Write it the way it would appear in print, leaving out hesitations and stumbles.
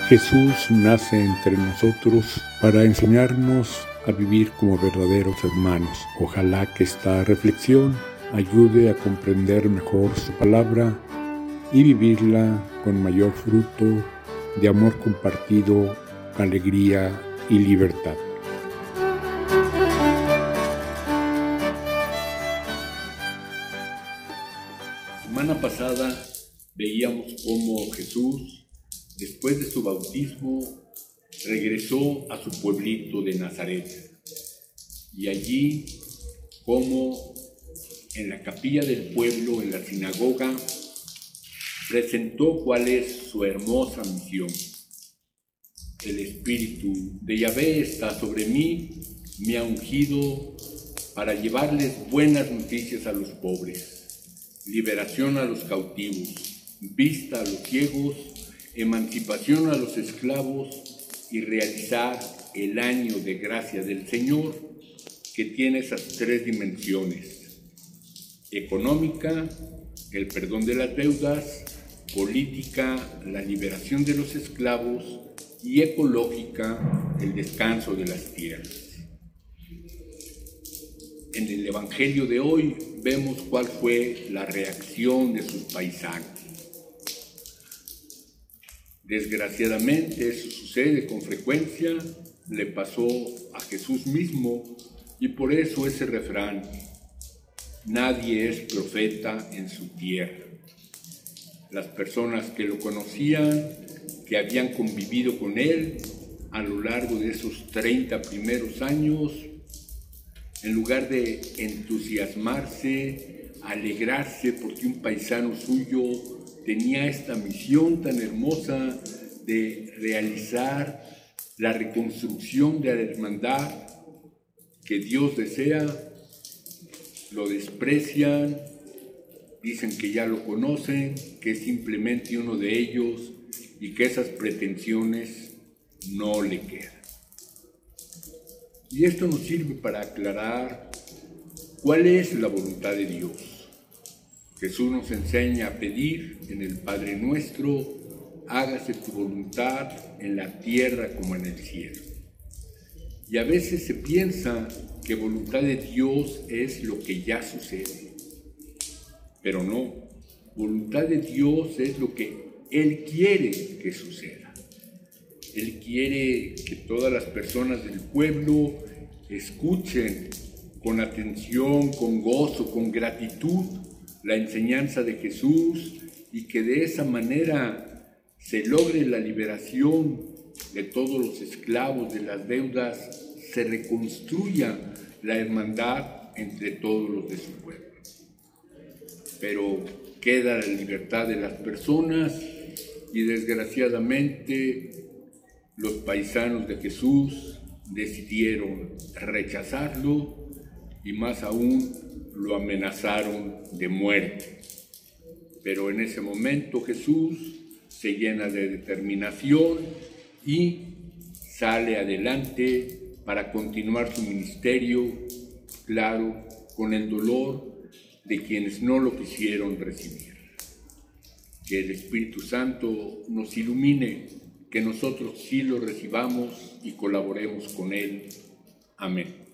Jesús nace entre nosotros para enseñarnos a vivir como verdaderos hermanos. Ojalá que esta reflexión ayude a comprender mejor su palabra y vivirla con mayor fruto de amor compartido, alegría y libertad. La semana pasada veíamos cómo Jesús, después de su bautismo, regresó a su pueblito de Nazaret. Y allí, como en la capilla del pueblo, en la sinagoga, presentó cuál es su hermosa misión. El Espíritu de Yahvé está sobre mí, me ha ungido para llevarles buenas noticias a los pobres, liberación a los cautivos, vista a los ciegos, emancipación a los esclavos y realizar el año de gracia del Señor, que tiene esas tres dimensiones: económica, el perdón de las deudas; política, la liberación de los esclavos; y ecológica, el descanso de las tierras. En el Evangelio de hoy vemos cuál fue la reacción de sus paisanos. Desgraciadamente, eso sucede con frecuencia, le pasó a Jesús mismo, y por eso ese refrán: nadie es profeta en su tierra. Las personas que lo conocían, que habían convivido con él a lo largo de esos 30 primeros años, en lugar de entusiasmarse, alegrarse porque un paisano suyo tenía esta misión tan hermosa de realizar la reconstrucción de la hermandad que Dios desea, lo desprecian, dicen que ya lo conocen, que es simplemente uno de ellos y que esas pretensiones no le quedan. Y esto nos sirve para aclarar cuál es la voluntad de Dios. Jesús nos enseña a pedir en el Padre Nuestro: hágase tu voluntad en la tierra como en el cielo. Y a veces se piensa que voluntad de Dios es lo que ya sucede, pero no. Voluntad de Dios es lo que Él quiere que suceda. Él quiere que todas las personas del pueblo escuchen con atención, con gozo, con gratitud la enseñanza de Jesús, y que de esa manera se logre la liberación de todos los esclavos, de las deudas, se reconstruya la hermandad entre todos los de su pueblo. Pero queda la libertad de las personas, y desgraciadamente los paisanos de Jesús decidieron rechazarlo, y más aún lo amenazaron de muerte. Pero en ese momento Jesús se llena de determinación y sale adelante para continuar su ministerio, claro, con el dolor de quienes no lo quisieron recibir. Que el Espíritu Santo nos ilumine, que nosotros sí lo recibamos y colaboremos con Él. Amén.